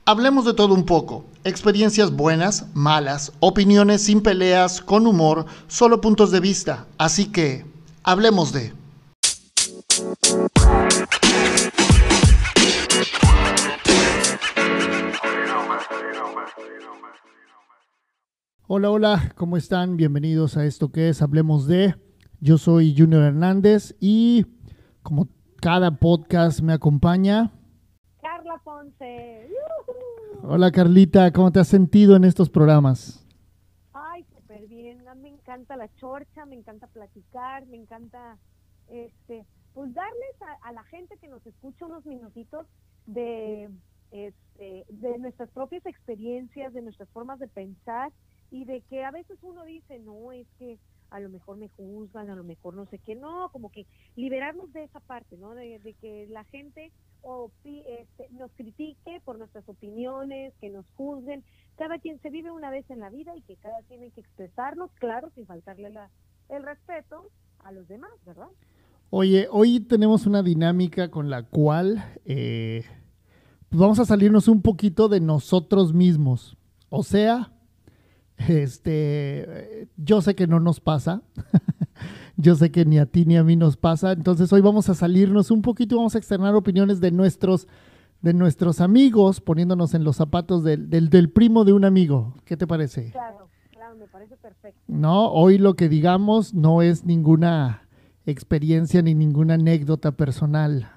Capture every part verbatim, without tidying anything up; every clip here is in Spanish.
Hablemos de todo un poco, experiencias buenas, malas, opiniones sin peleas, con humor, solo puntos de vista, así que, hablemos de... Hola, hola, ¿cómo están? Bienvenidos a esto que es Hablemos de... Yo soy Junior Hernández y como cada podcast me acompaña... Carla Ponce. Hola Carlita, ¿cómo te has sentido en estos programas? Ay, súper bien. A mí me encanta la chorcha, me encanta platicar, me encanta, este, pues darles a, a la gente que nos escucha unos minutitos de, este, de nuestras propias experiencias, de nuestras formas de pensar y de que a veces uno dice, no, es que a lo mejor me juzgan, a lo mejor no sé qué, no, como que liberarnos de esa parte, ¿no? De, de que la gente o este, nos critique por nuestras opiniones, que nos juzguen. Cada quien se vive una vez en la vida y que cada quien tiene que expresarnos, claro, sin faltarle la, el respeto a los demás, ¿verdad? Oye, hoy tenemos una dinámica con la cual eh, pues vamos a salirnos un poquito de nosotros mismos. O sea, este, yo sé que no nos pasa. Yo sé que ni a ti ni a mí nos pasa, entonces hoy vamos a salirnos un poquito y vamos a externar opiniones de nuestros, de nuestros amigos, poniéndonos en los zapatos del, del, del primo de un amigo. ¿Qué te parece? Claro, claro, me parece perfecto. No, hoy lo que digamos no es ninguna experiencia ni ninguna anécdota personal.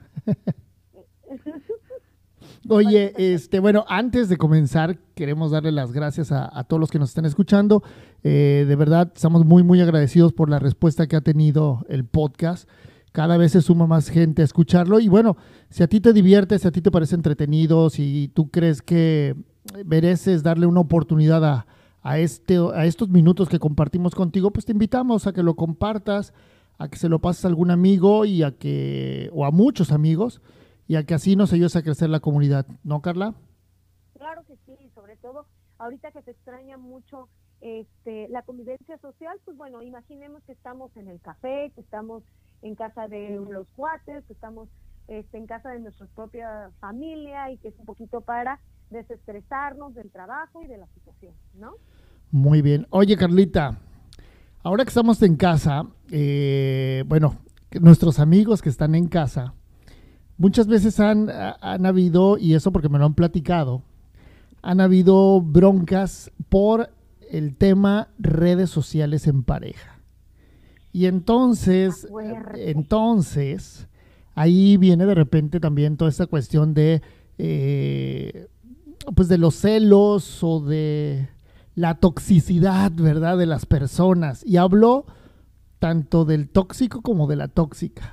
Oye, este, bueno, antes de comenzar, queremos darle las gracias a, a todos los que nos están escuchando. Eh, de verdad, estamos muy, muy agradecidos por la respuesta que ha tenido el podcast. Cada vez se suma más gente a escucharlo. Y bueno, si a ti te divierte, si a ti te parece entretenido, si tú crees que mereces darle una oportunidad a, a, este, a estos minutos que compartimos contigo, pues te invitamos a que lo compartas, a que se lo pases a algún amigo y a que, o a muchos amigos, y a que así nos ayudes a crecer la comunidad, ¿no, Carla? Claro que sí, sobre todo ahorita que se extraña mucho este, la convivencia social, pues bueno, imaginemos que estamos en el café, que estamos en casa de los cuates, que estamos este, en casa de nuestra propia familia y que es un poquito para desestresarnos del trabajo y de la situación, ¿no? Muy bien. Oye, Carlita, ahora que estamos en casa, eh, bueno, nuestros amigos que están en casa, muchas veces han, han habido, y eso porque me lo han platicado, han habido broncas por el tema redes sociales en pareja. Y entonces, entonces, ahí viene de repente también toda esta cuestión de, eh, pues de los celos o de la toxicidad, ¿verdad?, de las personas. Y hablo tanto del tóxico como de la tóxica.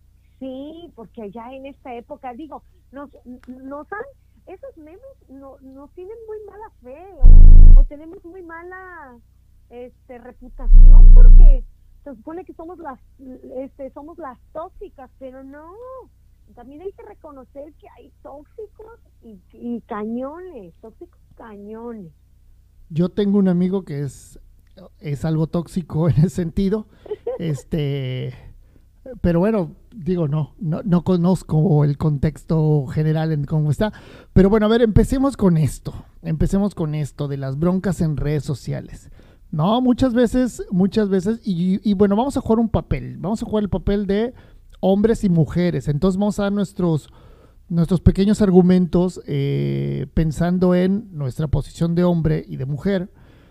Sí, porque ya en esta época, digo, nos, nos han, esos memes no, nos tienen muy mala fe o, o tenemos muy mala este, reputación porque se supone que somos las, este, somos las tóxicas, pero no, también hay que reconocer que hay tóxicos y, y cañones, tóxicos cañones. Yo tengo un amigo que es, es algo tóxico en ese sentido, este... Pero bueno, digo, no, no, no conozco el contexto general en cómo está. Pero bueno, a ver, empecemos con esto. Empecemos con esto de las broncas en redes sociales. No, muchas veces, muchas veces, y, y bueno, vamos a jugar un papel. Vamos a jugar el papel de hombres y mujeres. Entonces vamos a dar nuestros, nuestros pequeños argumentos eh, pensando en nuestra posición de hombre y de mujer.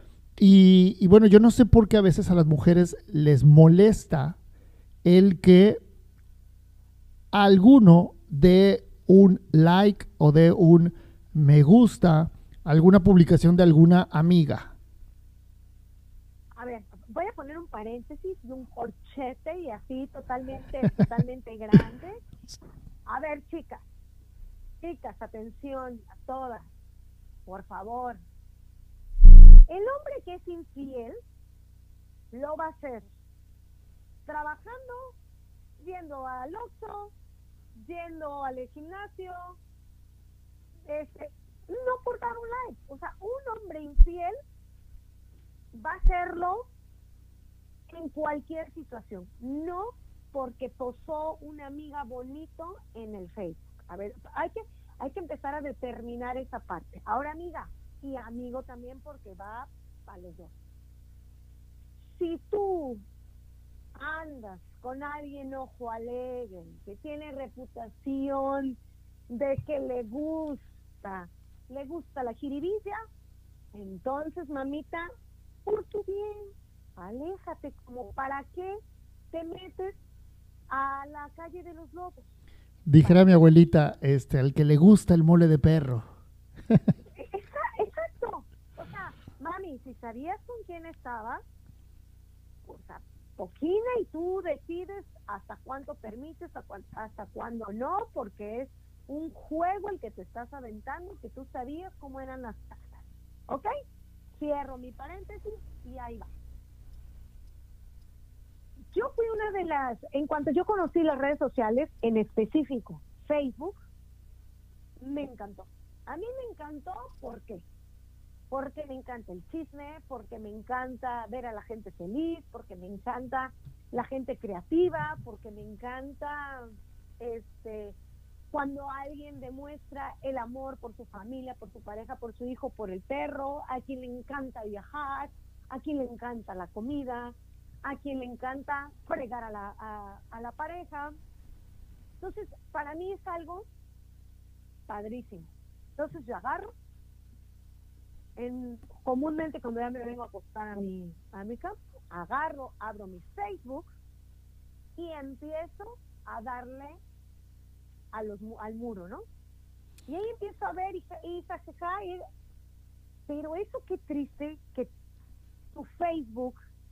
Y, y bueno, yo no sé por qué a veces a las mujeres les molesta el que alguno dé un like o dé un me gusta a alguna publicación de alguna amiga. A ver, voy a poner un paréntesis y un corchete y así totalmente, totalmente grande. A ver, chicas, chicas, atención a todas, por favor. El hombre que es infiel lo va a hacer trabajando, yendo al Oxxo, yendo al gimnasio, este, no por dar un like. O sea, un hombre infiel va a hacerlo en cualquier situación, no porque posó una amiga bonito en el Facebook. A ver, hay que hay que empezar a determinar esa parte. Ahora, amiga, y amigo también, porque va para los dos. Si tú andas con alguien ojo alegre, que tiene reputación de que le gusta, le gusta la jiribilla, entonces, mamita, por tu bien, aléjate. Como para qué te metes a la calle de los lobos. Dijera mi abuelita, este, al que le gusta el mole de perro. Exacto. O sea, mami, si sabías con quién estabas, o sea, poquina, y tú decides hasta cuánto permites, hasta, cuán, hasta cuándo no, porque es un juego el que te estás aventando, que tú sabías cómo eran las cartas. ¿Ok? Cierro mi paréntesis y ahí va. Yo fui una de las, en cuanto yo conocí las redes sociales, en específico Facebook, me encantó. A mí me encantó, ¿por qué? Porque me encanta el chisme, porque me encanta ver a la gente feliz, porque me encanta la gente creativa, porque me encanta este cuando alguien demuestra el amor por su familia, por su pareja, por su hijo, por el perro, a quien le encanta viajar, a quien le encanta la comida, a quien le encanta fregar a la, a, a la pareja. Entonces, para mí es algo padrísimo. Entonces yo agarro, en, comúnmente cuando ya me vengo a acostar a mi, a mi cama, agarro, abro mi Facebook y empiezo a darle a los, al muro, ¿no? Y ahí empiezo a ver y, y, y, y pero eso qué triste que tu Facebook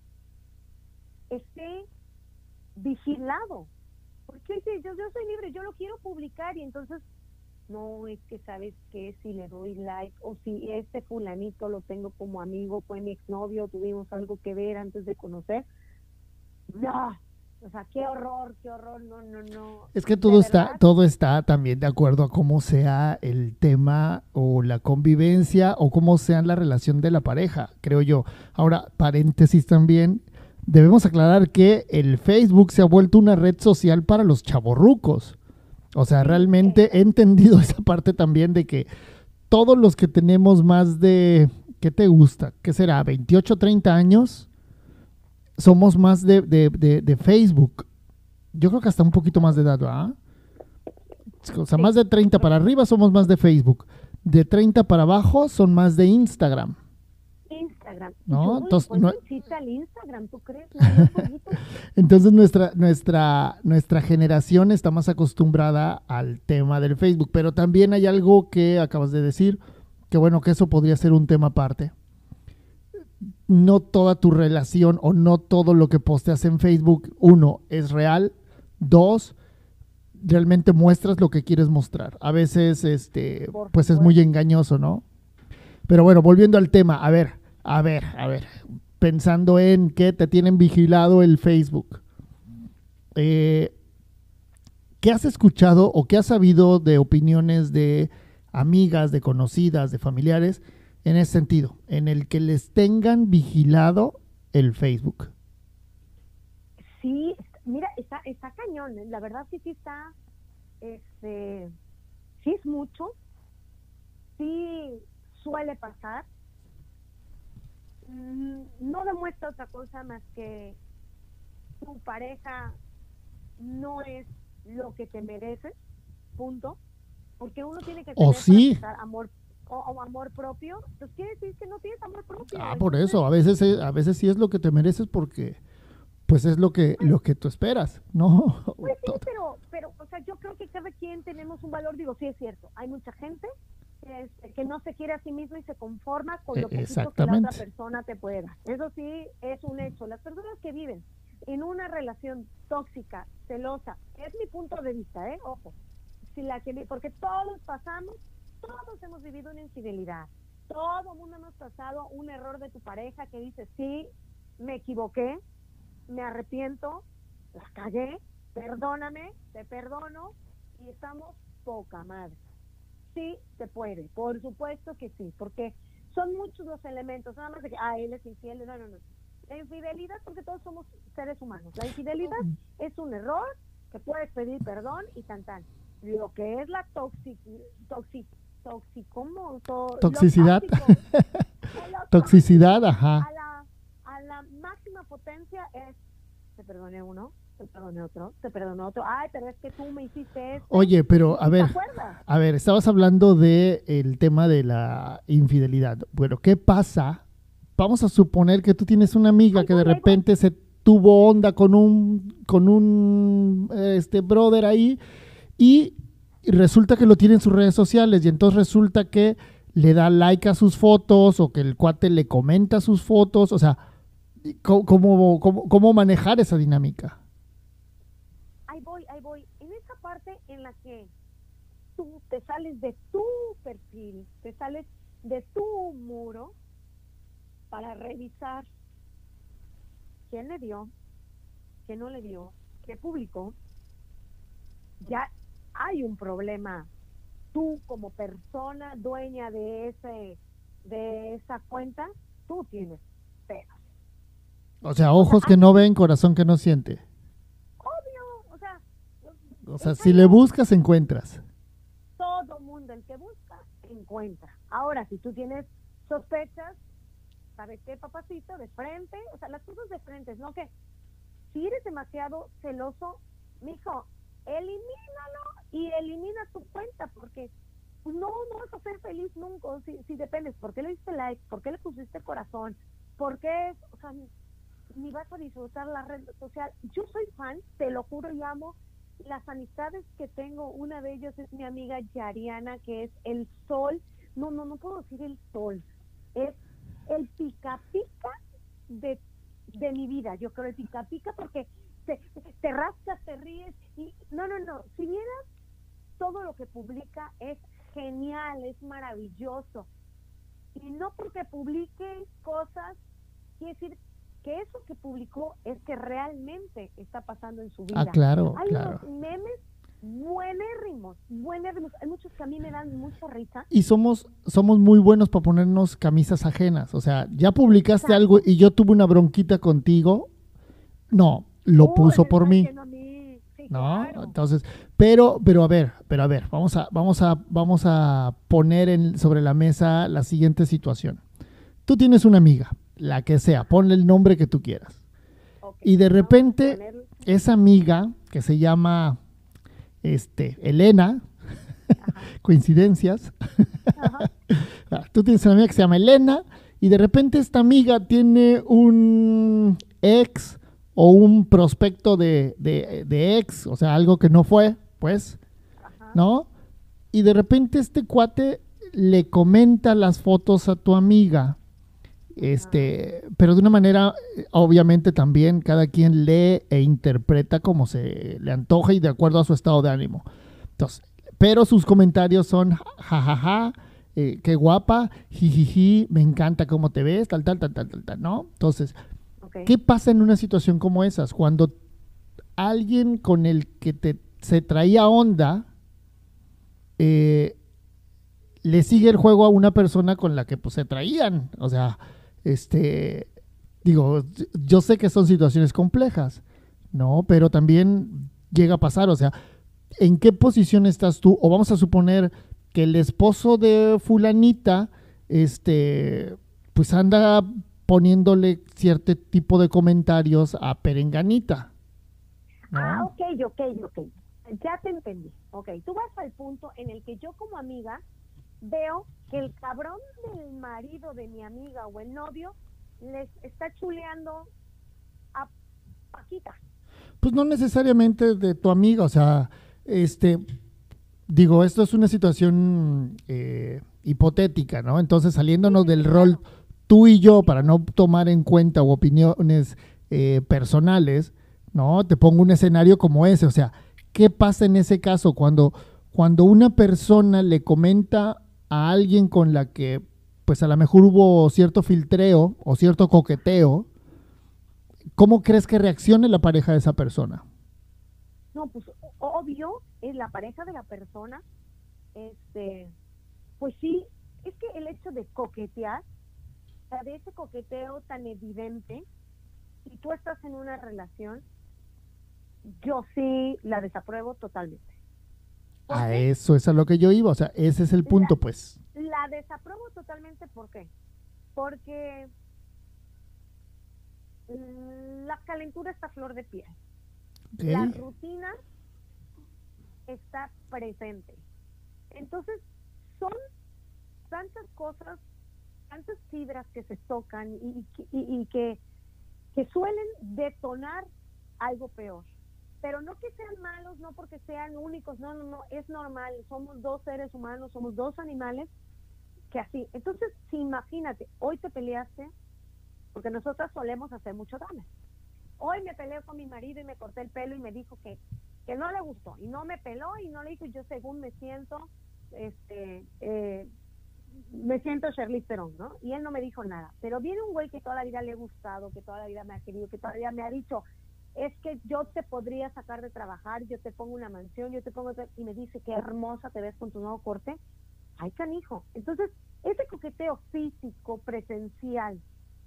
esté vigilado, porque yo, yo soy libre, yo lo quiero publicar, y entonces no, es que sabes que si le doy like, o si este fulanito lo tengo como amigo, fue mi exnovio, tuvimos algo que ver antes de conocer, no, o sea, qué horror, qué horror, no, no, no. Es que todo está, todo está también de acuerdo a cómo sea el tema o la convivencia o cómo sea la relación de la pareja, creo yo. Ahora, paréntesis también, debemos aclarar que el Facebook se ha vuelto una red social para los chavorrucos. O sea, realmente he entendido esa parte también de que todos los que tenemos más de, ¿qué te gusta? ¿Qué será? veintiocho, treinta años, somos más de, de, de, de Facebook. Yo creo que hasta un poquito más de edad, ¿verdad? O sea, más de treinta para arriba somos más de Facebook. De treinta para abajo son más de Instagram. Instagram. ¿No? Entonces, no, al Instagram, ¿tú crees? No, entonces nuestra, nuestra, nuestra generación está más acostumbrada al tema del Facebook, pero también hay algo que acabas de decir, que bueno, que eso podría ser un tema aparte. No toda tu relación o no todo lo que posteas en Facebook, uno, es real, dos, realmente muestras lo que quieres mostrar. A veces, este, pues es muy engañoso, ¿no? Pero bueno, volviendo al tema, a ver, a ver, a ver, pensando en que te tienen vigilado el Facebook, eh, ¿qué has escuchado o qué has sabido de opiniones de amigas, de conocidas, de familiares en ese sentido, en el que les tengan vigilado el Facebook? Sí, mira, está, está cañón, la verdad sí, sí está, este, sí es mucho, sí suele pasar, no demuestra otra cosa más que tu pareja no es lo que te mereces, punto, porque uno tiene que tener ¿O sí? para amor o, o amor propio, pues quiere decir que no tienes amor propio. Ah, por entonces, eso, a veces a veces sí es lo que te mereces porque pues es lo que pues, lo que tú esperas, ¿no? Pues sí, pero pero o sea, yo creo que cada quien tenemos un valor, digo, sí es cierto, hay mucha gente que, es, que no se quiere a sí mismo y se conforma con lo poquito que la otra persona te puede dar. Eso sí es un hecho. Las personas que viven en una relación tóxica, celosa, es mi punto de vista, ¿eh? Ojo, si la que, porque todos pasamos, todos hemos vivido una infidelidad, todo el mundo hemos pasado un error de tu pareja que dice, sí, me equivoqué, me arrepiento, la cagué, perdóname, te perdono y estamos poca madre. Sí, se puede, por supuesto que sí, porque son muchos los elementos, nada más de que, ah, él es infiel, no, no, no. La infidelidad, porque todos somos seres humanos, la infidelidad es un error que puedes pedir perdón y tan tan. lo que es la toxic, toxic, toxicómo, to- Toxicidad. lo tóxico, lo Toxicidad, tóxico ajá. a la, a la máxima potencia es, te perdoné uno, te perdoné otro, te perdoné otro, ay, pero es que tú me hiciste esto. Oye, pero a ¿te ver, acuerdas? a ver, estabas hablando de el tema de la infidelidad. Bueno, ¿qué pasa? Vamos a suponer que tú tienes una amiga Ay, que de voy, ahí voy. repente se tuvo onda con un con un este brother ahí y resulta que lo tiene en sus redes sociales y entonces resulta que le da like a sus fotos o que el cuate le comenta sus fotos, o sea, ¿cómo, cómo, cómo, cómo manejar esa dinámica? Ahí voy, ahí voy. En esa parte en la que tú te sales de tu perfil, te sales de tu muro para revisar quién le dio, quién no le dio, qué publicó, ya hay un problema. Tú como persona dueña de ese de esa cuenta, tú tienes pedos. O sea, ojos que no ven, corazón que no siente. Obvio, o sea, O sea, es si le algo- buscas, encuentras. todo mundo el que busca encuentra. Ahora, si tú tienes sospechas, ¿sabes qué, papacito? De frente, o sea, las cosas de frente, ¿no? Que si eres demasiado celoso, mijo, elimínalo y elimina tu cuenta, porque pues, no, no vas a ser feliz nunca, si, si dependes, ¿por qué le diste like? ¿Por qué le pusiste corazón? ¿Por qué? O sea, ni, ni vas a disfrutar la red social. Yo soy fan, te lo juro, y amo las amistades que tengo. Una de ellas es mi amiga Yariana, que es el sol, no, no, no puedo decir el sol, es el pica pica de, de mi vida. Yo creo el pica pica porque te, te rascas, te ríes y no, no, no, si vieras todo lo que publica es genial, es maravilloso, y no porque publique cosas quiere decir que eso que publicó es que realmente está pasando en su vida. Ah, claro, Hay claro. unos memes buenérrimos, buenérrimos. Hay muchos que a mí me dan mucha risa. Y somos, somos muy buenos para ponernos camisas ajenas. O sea, ya publicaste Exacto. algo y yo tuve una bronquita contigo. No, lo Oh, puso me por está mí. diciendo a mí. Sí, ¿No? claro. Entonces, pero, pero a ver, pero a ver, vamos a, vamos a, vamos a poner en, sobre la mesa la siguiente situación. Tú tienes una amiga, la que sea, ponle el nombre que tú quieras. Okay, Y de vamos a repente, poner- esa amiga que se llama este, Elena, Ajá, coincidencias, ajá. ah, tú tienes una amiga que se llama Elena y de repente esta amiga tiene un ex o un prospecto de, de, de ex, o sea, algo que no fue, pues, Ajá. ¿no? Y de repente este cuate le comenta las fotos a tu amiga, este, pero de una manera, eh, obviamente también cada quien lee e interpreta como se le antoja y de acuerdo a su estado de ánimo. Entonces, pero sus comentarios son jajaja, ja, ja, eh, qué guapa, jijiji, me encanta cómo te ves, tal, tal, tal, tal, tal, tal, ¿no? Entonces, Okay. ¿qué pasa en una situación como esas? Cuando alguien con el que te, se traía onda eh, le sigue el juego a una persona con la que pues se traían. O sea, este, digo, yo sé que son situaciones complejas, ¿no? Pero también llega a pasar, o sea, ¿en qué posición estás tú? O vamos a suponer que el esposo de fulanita, este, pues anda poniéndole cierto tipo de comentarios a Perenganita, ¿no? Ah, ok, ok, ok. Ya te entendí. Ok, tú vas al punto en el que yo como amiga veo que el cabrón del marido de mi amiga o el novio les está chuleando a Paquita. Pues no necesariamente de tu amiga, o sea, este, digo, esto es una situación eh, hipotética, ¿no? Entonces, saliéndonos Sí, sí, del sí, rol claro. tú y yo para no tomar en cuenta opiniones eh, personales, ¿no? Te pongo un escenario como ese, o sea, ¿qué pasa en ese caso cuando, cuando una persona le comenta a alguien con la que, pues a lo mejor hubo cierto filtreo o cierto coqueteo? ¿Cómo crees que reaccione la pareja de esa persona? No, pues obvio, es la pareja de la persona, este, pues sí, es que el hecho de coquetear, o sea, de ese coqueteo tan evidente, si tú estás en una relación, yo sí la desapruebo totalmente. ¿Por A qué? eso es a lo que yo iba, o sea, ese es el La, punto, pues. la desapruebo totalmente, ¿por qué? Porque mm, la calentura está a flor de piel. La Ok, rutina está presente. Entonces, son tantas cosas, tantas fibras que se tocan y, y, y que, que suelen detonar algo peor. Pero no que sean malos, no porque sean únicos, no, no, no, es normal, somos dos seres humanos, somos dos animales que así. Entonces, si imagínate, hoy te peleaste, porque nosotras solemos hacer mucho drama. Hoy me peleé con mi marido y me corté el pelo y me dijo que, que no le gustó y no me peló y no le dijo, y yo según me siento, este, eh, me siento Charlize Theron, ¿no? Y él no me dijo nada. Pero viene un güey que toda la vida le ha gustado, que toda la vida me ha querido, que toda la vida me ha dicho, es que yo te podría sacar de trabajar, yo te pongo una mansión, yo te pongo... Y me dice, qué hermosa te ves con tu nuevo corte. Ay, canijo. Entonces, ese coqueteo físico, presencial,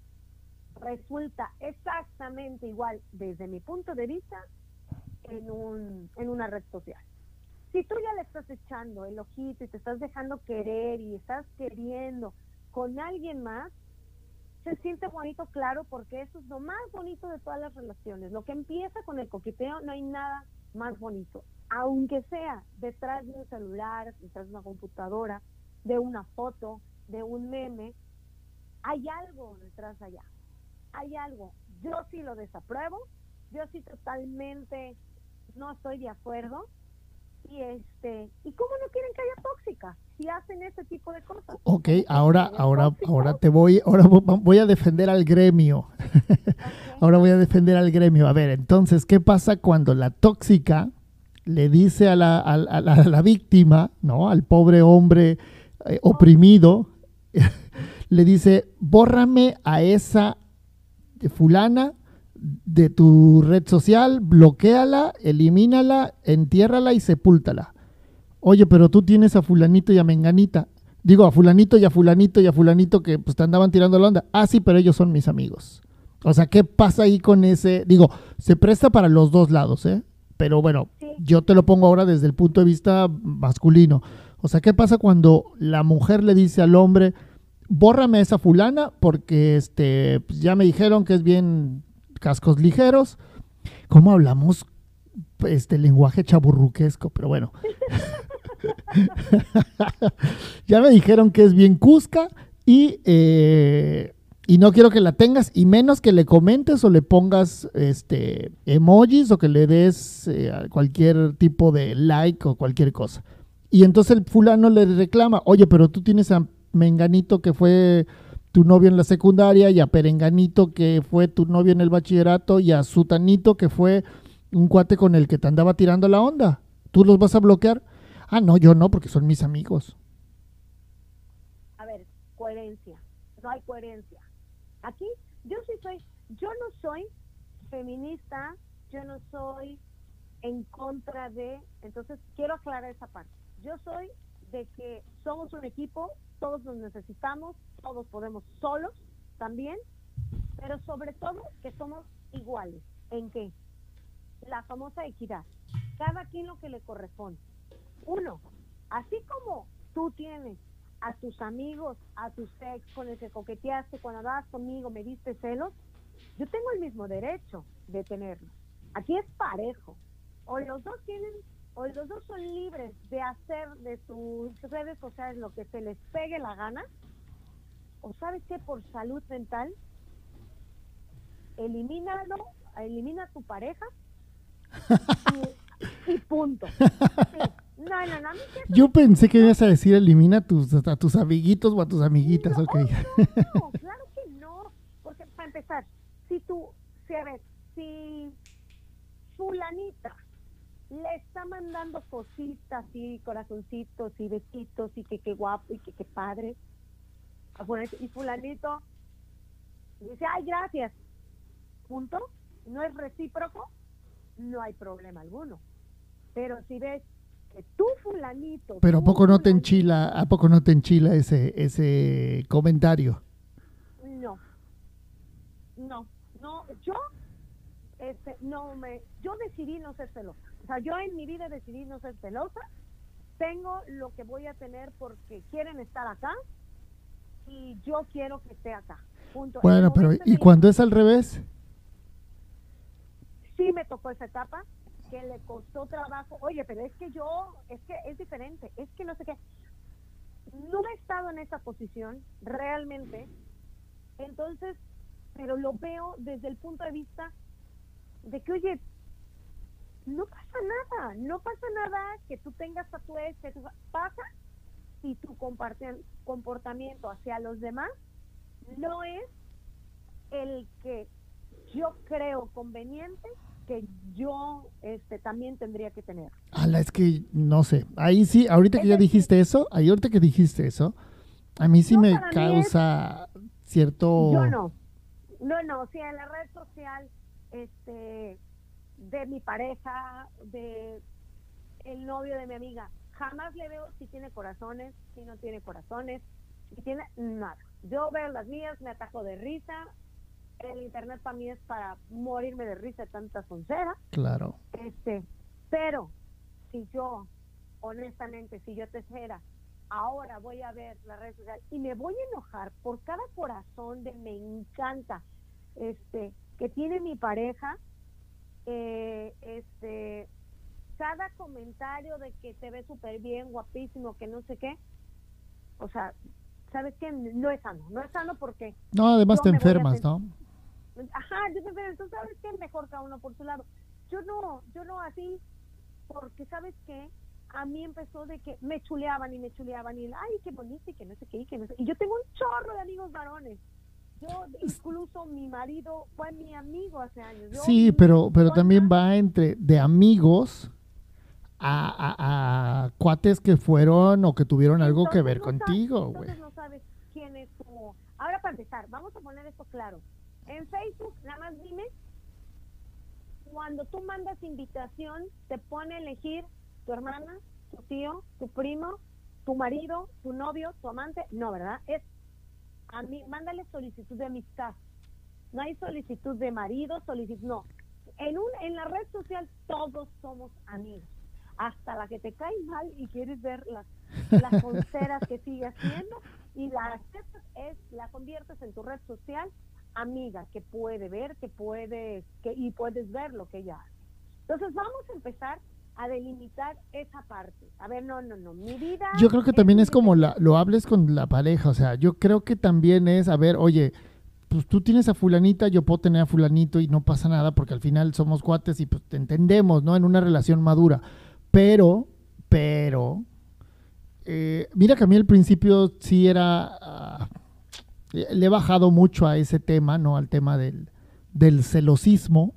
resulta exactamente igual, desde mi punto de vista, en, un, en una red social. Si tú ya le estás echando el ojito y te estás dejando querer y estás queriendo con alguien más, se siente bonito, claro, porque eso es lo más bonito de todas las relaciones. Lo que empieza con el coqueteo, no hay nada más bonito, aunque sea detrás de un celular, detrás de una computadora, de una foto, de un meme, hay algo detrás de allá, hay algo. Yo sí lo desapruebo, yo sí totalmente no estoy de acuerdo. Y este, ¿y cómo no quieren que haya tóxica? Si hacen ese tipo de cosas. ok, ¿Cómo quieren ahora, que haya ahora, ahora tóxicos? te voy, ahora vo- voy a defender al gremio. Okay. Ahora voy a defender al gremio. A ver, entonces, ¿qué pasa cuando la tóxica le dice a la, a la, a la- a la víctima, ¿no? Al pobre hombre eh, Oh, oprimido, le dice, bórrame a esa fulana de tu red social, bloquéala, elimínala, entiérrala y sepúltala. Oye, pero tú tienes a fulanito y a menganita. Digo, a fulanito y a fulanito y a fulanito que pues te andaban tirando la onda. Ah, sí, pero ellos son mis amigos. O sea, ¿qué pasa ahí con ese? Digo, se presta para los dos lados, ¿eh? Pero bueno, sí, yo te lo pongo ahora desde el punto de vista masculino. O sea, ¿qué pasa cuando la mujer le dice al hombre, bórrame a esa fulana porque este, pues, ya me dijeron que es bien cascos ligeros? ¿Cómo hablamos este lenguaje chaburruquesco? Pero bueno, ya me dijeron que es bien cusca y, eh, y no quiero que la tengas y menos que le comentes o le pongas este emojis o que le des eh, cualquier tipo de like o cualquier cosa. Y entonces el fulano le reclama, oye, pero tú tienes a Menganito que fue tu novio en la secundaria y a Perenganito que fue tu novio en el bachillerato y a Sutanito que fue un cuate con el que te andaba tirando la onda. ¿Tú los vas a bloquear? Ah, no, yo no, porque son mis amigos. a ver, coherencia. No hay coherencia. Aquí, yo sí soy, yo no soy feminista, yo no soy en contra de, entonces quiero aclarar esa parte. Yo soy de que somos un equipo, todos nos necesitamos, todos podemos solos también, pero sobre todo que somos iguales. ¿En qué? La famosa equidad. Cada quien lo que le corresponde. Uno, así como tú tienes a tus amigos, a tus ex con el que coqueteaste, cuando andabas conmigo me diste celos, yo tengo el mismo derecho de tenerlos. Aquí es parejo. O los dos tienen, o los dos son libres de hacer de sus redes sociales lo que se les pegue la gana, o sabes que por salud mental, elimínalo, elimina a tu pareja y, y punto. Sí. No, no, no, a mí sí eso Yo de que pensé que no, ibas a decir elimina a tus, a tus amiguitos o a tus amiguitas, no, ok. oh, no, claro que no, porque para empezar, si tú, si a ver, si fulanita le está mandando cositas y corazoncitos y besitos y que qué guapo y que qué padre, y fulanito dice, ay, gracias, punto, no es recíproco, no hay problema alguno. Pero si ves que tú fulanito, Pero ¿a tú poco no te fulanito, enchila, a poco no te enchila ese, ese comentario? no, no, no, yo, este, no me, yo decidí no ser celosa. O sea, yo en mi vida decidí no ser celosa tengo lo que voy a tener porque quieren estar acá y yo quiero que esté acá. Punto. Bueno, pero ¿y cuando es al revés? Sí me tocó esa etapa, que le costó trabajo. Oye, pero es que yo, es que es diferente, es que no sé qué. No he estado en esa posición realmente, entonces, pero lo veo desde el punto de vista de que, oye, no pasa nada, no pasa nada que tú tengas tatuajes, que tú, pasa si tu comportamiento hacia los demás no es el que yo creo conveniente que yo este también tendría que tener. Ala, es que no sé, ahí sí, ahorita que ya dijiste eso, ahí ahorita que dijiste eso, a mí sí no, me causa es, cierto... Yo no, no, no, si en la red social este de mi pareja, de el novio de mi amiga, jamás le veo si tiene corazones, si no tiene corazones, si tiene nada. Yo veo las mías, me ataco de risa. El internet para mí es para morirme de risa de tanta soncera. Claro. Este, pero si yo, honestamente, si yo te dijera, ahora voy a ver la red social y me voy a enojar por cada corazón de me encanta, este, que tiene mi pareja, eh, este, cada comentario de que te ve súper bien, guapísimo, que no sé qué, o sea, ¿sabes qué? No es sano, no es sano porque... No, además te enfermas, ¿no? Ajá, yo te enfermo, tú sabes que mejor cada uno por su lado. Yo no, yo no así, porque ¿sabes qué? A mí empezó de que me chuleaban y me chuleaban y, ay, qué bonito y que no sé qué, y que no sé. Y yo tengo un chorro de amigos varones. Yo, incluso mi marido fue mi amigo hace años. Yo, sí, pero, pero también va entre de amigos a, a, a cuates que fueron o que tuvieron algo entonces que ver no contigo, sabes, güey. Entonces no sabes quién es tu... Ahora para empezar, vamos a poner esto claro. En Facebook, nada más dime, cuando tú mandas invitación, te pone a elegir tu hermana, tu tío, tu primo, tu marido, tu novio, tu amante. No, ¿verdad? Es a mí, mándale solicitud de amistad. No hay solicitud de marido, solicitud, no. En, un, en la red social todos somos amigos. Hasta la que te cae mal y quieres ver las, las onceras que sigue haciendo y la aceptas, es, la conviertes en tu red social amiga, que puede ver, que puede, que, y puedes ver lo que ella hace. Entonces vamos a empezar a delimitar esa parte. A ver, no, no, no, mi vida... Yo creo que también es como la, lo hables con la pareja, o sea, yo creo que también es, a ver, oye, pues tú tienes a fulanita, yo puedo tener a fulanito y no pasa nada porque al final somos cuates y pues te entendemos, ¿no? En una relación madura. Pero, pero, eh, mira que a mí al principio sí era... Uh, le he bajado mucho a ese tema, ¿no? Al tema del, del celosismo.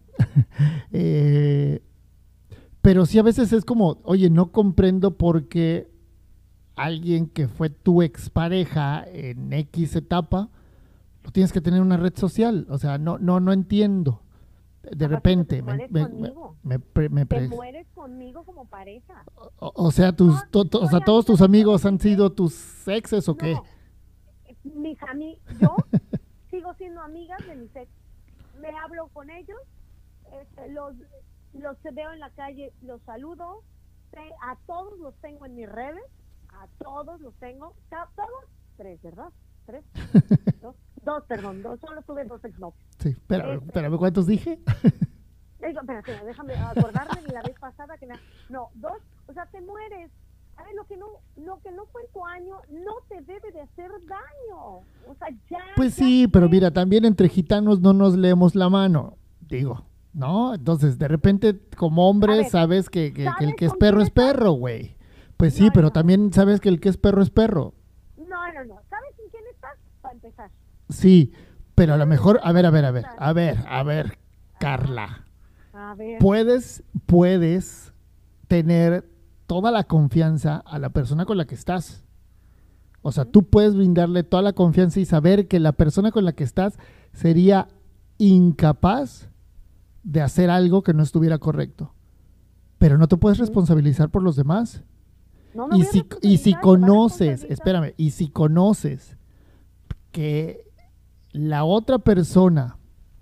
eh, pero sí a veces es como, oye, no comprendo por qué alguien que fue tu expareja en X etapa, lo tienes que tener en una red social. O sea, no, no, no entiendo. De repente me, me, me, me, me te mueres conmigo como pareja. O, o sea, tus, no, to, to, o sea, todos tus amigos han sido tus exes o no. qué. Mis amigos, yo sigo siendo amigas de mis ex, me hablo con ellos, este, los, los veo en la calle, los saludo, a todos los tengo en mis redes, a todos los tengo, todos, tres, ¿verdad? Tres, dos, dos, perdón, dos, solo tuve dos ex no. Sí, espérame, este, espérame, ¿cuántos dije? Espérate, déjame acordarme de la vez pasada que na, no, dos, o sea, te mueres. A ver, lo que no, lo que no fue en tu año no te debe de hacer daño. O sea, ya. Pues ya sí, pero mira, también entre gitanos no nos leemos la mano, digo, ¿no? Entonces, de repente, como hombre, ver, sabes, que, que, que el que es perro es perro, güey. Pues sí, no, pero no. también sabes que el que es perro es perro. No, no, no. ¿Sabes en quién estás? Para empezar. Sí, pero a lo mejor, a ver, a ver, a ver, a ver, a ver, Carla. A ver. Puedes, puedes tener toda la confianza a la persona con la que estás. O sea, tú puedes brindarle toda la confianza y saber que la persona con la que estás sería incapaz de hacer algo que no estuviera correcto. Pero no te puedes responsabilizar por los demás. No, no y, si, y si conoces, espérame, y si conoces que la otra persona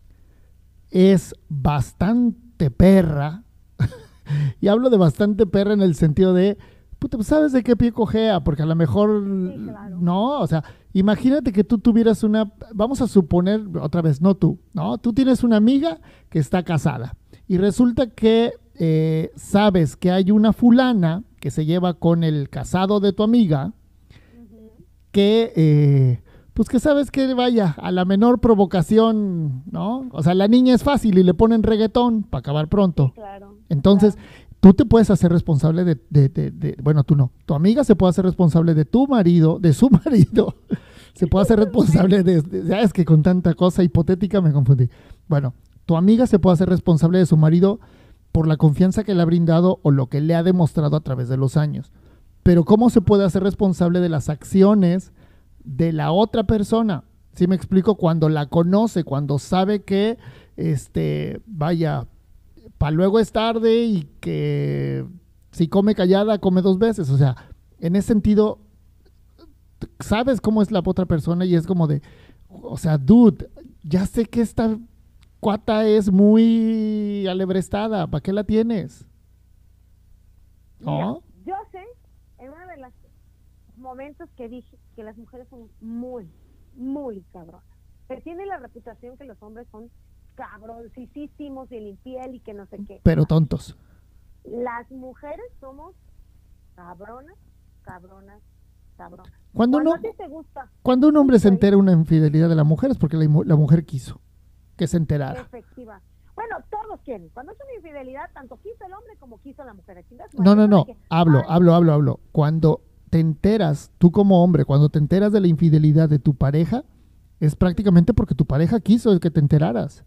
es bastante perra, y hablo de bastante perra en el sentido de, puta, pues, ¿sabes de qué pie cojea? Porque a lo mejor, Sí, claro. no, o sea, imagínate que tú tuvieras una, vamos a suponer, otra vez, no tú, ¿no? Tú tienes una amiga que está casada y resulta que eh, sabes que hay una fulana que se lleva con el casado de tu amiga, Ujú. que, eh, pues que sabes que vaya, a la menor provocación, ¿no? O sea, la niña es fácil y le ponen reggaetón para acabar Sí, pronto. claro. Entonces, Claro. tú te puedes hacer responsable de, de, de, de, bueno, tú no, tu amiga se puede hacer responsable de tu marido, de su marido, se puede hacer responsable de, de, ya es que con tanta cosa hipotética me confundí. Bueno, tu amiga se puede hacer responsable de su marido por la confianza que le ha brindado o lo que le ha demostrado a través de los años. Pero ¿cómo se puede hacer responsable de las acciones de la otra persona? ¿Sí me explico? Cuando la conoce, cuando sabe que, este, vaya, para luego es tarde y que si come callada, come dos veces. O sea, en ese sentido, sabes cómo es la otra persona y es como de, o sea, dude, ya sé que esta cuata es muy alebrestada, ¿para qué la tienes? Mira, ¿No? yo sé, en uno de los momentos que dije que las mujeres son muy, muy cabronas. Se tiene la reputación que los hombres son cabroncísimos y el infiel y que no sé qué. Pero tontos. Las mujeres somos cabronas, cabronas, cabronas. Cuando, Cuando no, a ti te gusta, cuando un hombre se güey, entera de una infidelidad de la mujer es porque la, la mujer quiso que se enterara. efectiva. Bueno, todos quieren. Cuando es una infidelidad, tanto quiso el hombre como quiso la mujer. Aquí las No, no, mujeres no, de que, hablo, ay, hablo, hablo, hablo. Cuando te enteras, tú como hombre, cuando te enteras de la infidelidad de tu pareja, es prácticamente porque tu pareja quiso que te enteraras.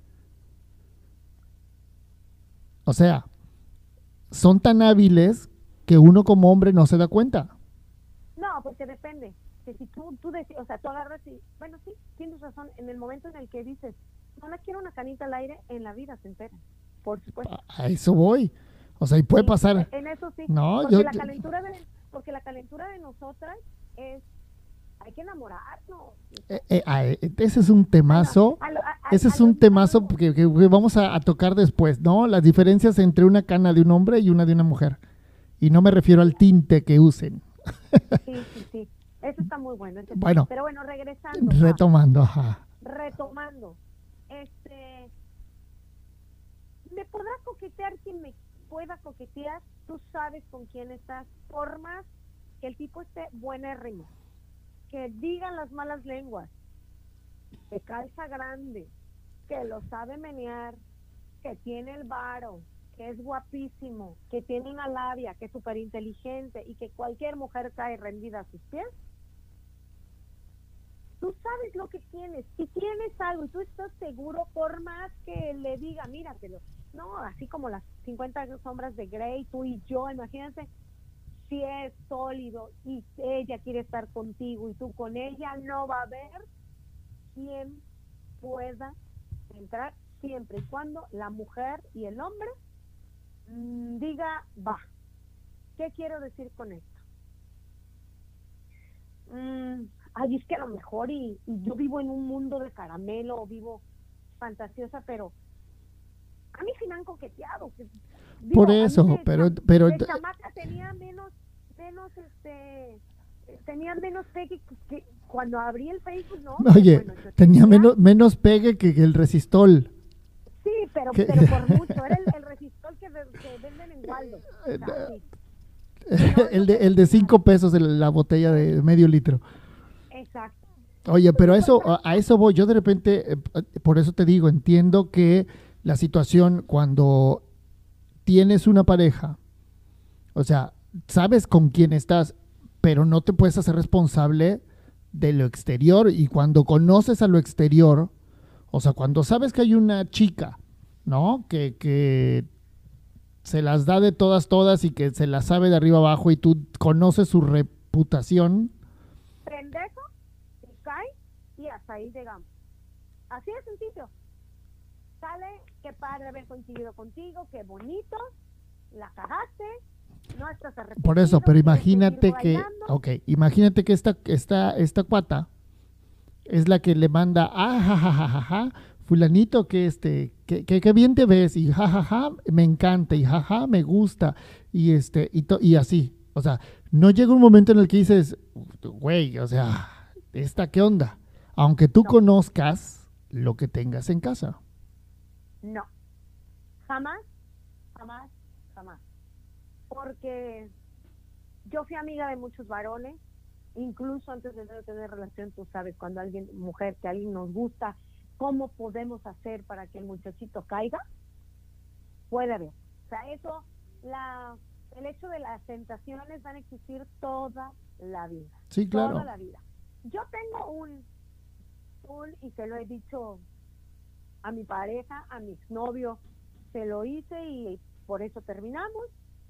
O sea, son tan hábiles que uno como hombre no se da cuenta. no, porque depende. Que si tú, tú decides, o sea, tú agarras y, bueno, sí, tienes razón, en el momento en el que dices, no la quiero una canita al aire, en la vida se entera, por supuesto. A eso voy. O sea, y puede Sí, pasar. en eso sí, No, porque yo, la yo- calentura de, porque la calentura de nosotras es, hay que enamorarnos. eh, eh, ah, eh, ese es un A lo- temazo. a lo- a- a- Ese a es lo- un a temazo lo- que, que- que vamos a, a tocar después, ¿no? Las diferencias entre una cana de un hombre y una de una mujer. Y no me refiero al tinte que usen. Sí, sí, sí. Eso está muy bueno. ese tema. Bueno, Pero bueno, regresando, ah, retomando, ajá. retomando, este, me podrá coquetear quien me pueda coquetear, tú sabes con quién estás, por más que el tipo esté buenérrimo, que digan las malas lenguas, que calza grande, que lo sabe menear, que tiene el varo, que es guapísimo, que tiene una labia, que es súper inteligente y que cualquier mujer cae rendida a sus pies. Tú sabes lo que tienes, si tienes algo y tú estás seguro, por más que le diga, míratelo, no, así como las cincuenta sombras de Grey, tú y yo, imagínate, si es sólido y ella quiere estar contigo y tú con ella, no va a haber quien pueda entrar siempre y cuando la mujer y el hombre mmm, diga, va. ¿Qué quiero decir con esto? Mm, ay, es que a lo mejor y, y yo vivo en un mundo de caramelo o vivo fantasiosa, pero a mí sí me han coqueteado. Que, digo, Por a mí eso, de pero, cham- pero, de chamaca tenía menos, menos, este, tenía menos pegue que, que cuando abrí el Facebook, ¿no? oye, Bueno, yo tenía menos, menos pegue que, que el resistol. Sí, pero, ¿Qué? pero por mucho. Era el, el resistol que, ve- que venden en Waldo. O sea, sí. el, de, el de cinco pesos de la botella de medio litro. Exacto. Oye, pero a eso, a, a eso voy. Yo de repente, eh, por eso te digo, entiendo que la situación cuando tienes una pareja, o sea, sabes con quién estás, pero no te puedes hacer responsable de lo exterior. Y cuando conoces a lo exterior, o sea, cuando sabes que hay una chica, ¿no? Que, que se las da de todas, todas y que se las sabe de arriba abajo y tú conoces su reputación. Pendejo, y cae, y hasta ahí llegamos. Así de sencillo. Sale, qué padre haber coincidido contigo, qué bonito, la cagaste, no estás arrepentido. Por eso, pero quieres imagínate seguir que, bailando. ok, imagínate que esta, esta, esta cuata es la que le manda, ah, ja, ja, ja, ja, ja, fulanito, que este, que, que, que bien te ves, y jajaja, ja, ja, me encanta, y jaja, ja, me gusta, y este, y, to, y así, O sea, no llega un momento en el que dices, güey, o sea, ¿esta qué onda? Aunque tú No. conozcas lo que tengas en casa. No, jamás, jamás, jamás. Porque yo fui amiga de muchos varones, incluso antes de tener relación, tú sabes, cuando alguien, mujer, que alguien nos gusta, ¿cómo podemos hacer para que el muchachito caiga? Puede haber. O sea, eso, la, el hecho de las tentaciones van a existir toda la vida. Sí, claro. Toda la vida. Yo tengo un, un, y se lo he dicho a mi pareja, a mi exnovio, se lo hice y por eso terminamos.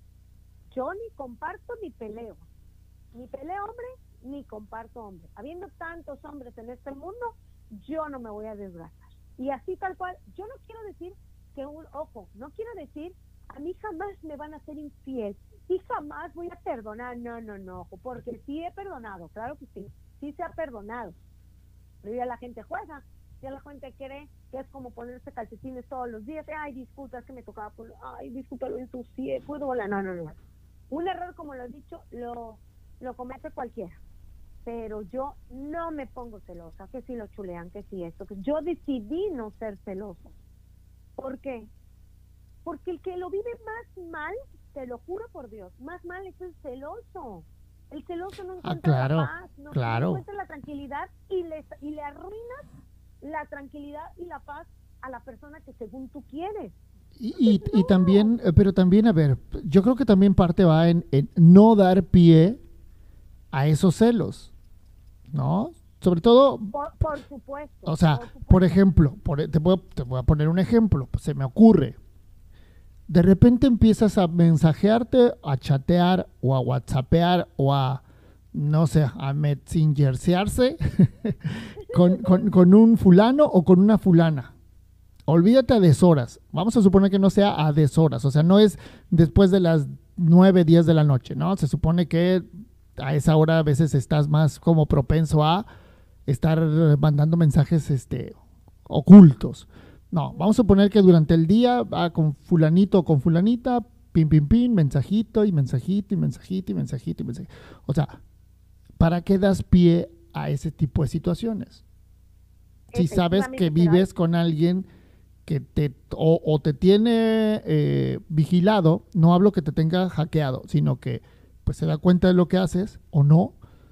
Yo ni comparto ni peleo. Ni peleo hombre, ni comparto hombre. Habiendo tantos hombres en este mundo, yo no me voy a desgastar. Y así tal cual, yo no quiero decir que un, ojo, no quiero decir, a mí jamás me van a ser infiel y jamás voy a perdonar. No, no, no, ojo, porque sí he perdonado, claro que sí, sí se ha perdonado. Pero ya la gente juega. Ya la gente cree que es como ponerse calcetines todos los días. Ay, disculpa, es que me tocaba poner, ay, disculpa, lo ensucié, puedo volar. No, no, no. Un error, como lo he dicho, lo, lo comete cualquiera. Pero yo no me pongo celosa, que si lo chulean, que si esto. Que yo decidí no ser celosa. ¿Por qué? Porque el que lo vive más mal, te lo juro por Dios, más mal es el celoso. El celoso no encuentra Ah, claro, la paz, no, claro. no encuentra la tranquilidad y le, y le arruinas la tranquilidad y la paz a la persona que según tú quieres. Y, y, no. y también, pero también, a ver, yo creo que también parte va en, en no dar pie a esos celos, ¿no? Sobre todo, por, por supuesto. O sea, por, supuesto. por ejemplo, por, te, voy a, te voy a poner un ejemplo, se me ocurre. De repente empiezas a mensajearte, a chatear o a whatsappear o a, no sé, a messengersearse con, con, con un fulano o con una fulana. Olvídate a deshoras. Vamos a suponer que no sea a deshoras. O sea, no es después de las nueve, diez de la noche, ¿no? Se supone que a esa hora a veces estás más como propenso a estar mandando mensajes este, ocultos. No, vamos a suponer que durante el día va con fulanito o con fulanita, pin, pin, pin, mensajito y mensajito y mensajito y mensajito y mensajito. O sea, ¿para qué das pie a ese tipo de situaciones? Si sabes que vives con alguien que te o, o te tiene eh, vigilado, no hablo que te tenga hackeado, sino que pues se da cuenta de lo que haces o no,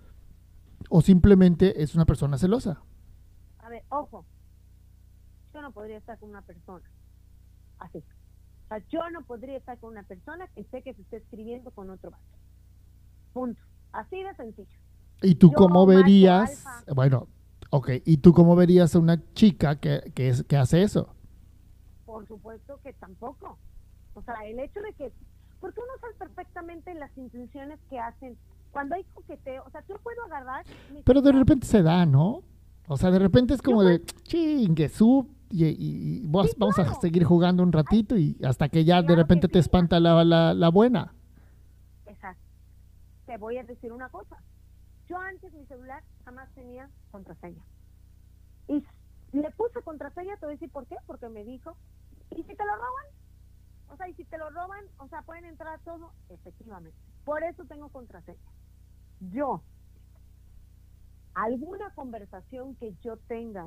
o simplemente es una persona celosa. A ver, ojo, yo no podría estar con una persona así. O sea, yo no podría estar con una persona que sé que se esté escribiendo con otro vato. Punto. Así de sencillo. ¿Y tú yo, cómo verías? Alfa, bueno, ok, ¿y tú cómo verías a una chica que, que, es, que hace eso? Por supuesto que tampoco. O sea, el hecho de que, porque uno sabe perfectamente las intenciones que hacen cuando hay coqueteo. O sea, yo puedo agarrar. Pero de repente se da, ¿no? O sea, de repente es como yo, de chingue, sub, y, y, y vos, sí, vamos claro. a seguir jugando un ratito y hasta que ya claro de repente te sí. espanta la, la, la buena. Exacto. Te voy a decir una cosa. Yo antes mi celular jamás tenía contraseña. Y le puse contraseña, te voy a decir por qué, porque me dijo, ¿y si te lo roban? O sea, y si te lo roban, o sea, pueden entrar todo, efectivamente. Por eso tengo contraseña. Yo, alguna conversación que yo tenga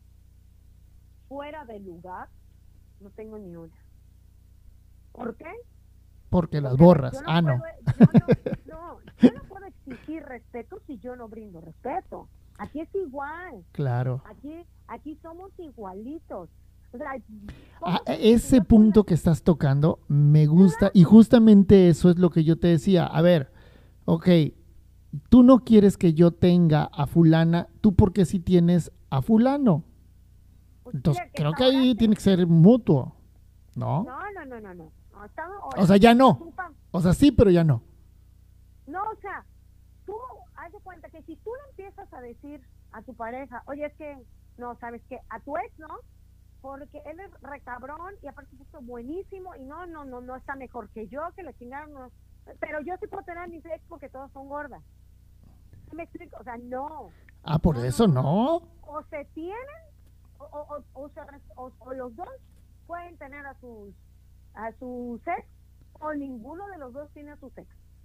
fuera de lugar, no tengo ni una. ¿Por qué? Porque, Porque las borras. No ah, puedo, no. Yo no, no. Yo no puedo exigir respeto si yo no brindo respeto. Aquí es igual. Claro. Aquí, aquí somos igualitos. O sea, ah, ese punto que estás tocando me gusta y justamente eso es lo que yo te decía. A ver, ok, tú no quieres que yo tenga a fulana, tú porque sí tienes a fulano. Pues entonces que creo que ahí te... tiene que ser mutuo, ¿no? No, no, no, no, no. no estamos, o sea, ya no. O sea, sí, pero ya no. No, o sea, tú haz de cuenta que si tú le empiezas a decir a tu pareja, oye, es que, no, ¿sabes qué? A tu ex, ¿no? Porque él es recabrón y aparte es buenísimo y no, no, no, no está mejor que yo, que la chingada no. Pero yo sí puedo tener a mis ex porque todas son gordas. ¿Me explico? O sea, no. Ah, por no, eso no. no. O se tienen, o, o, o, o, se, o, o los dos pueden tener a sus, a sus ex, o ninguno de los dos tiene a sus ex.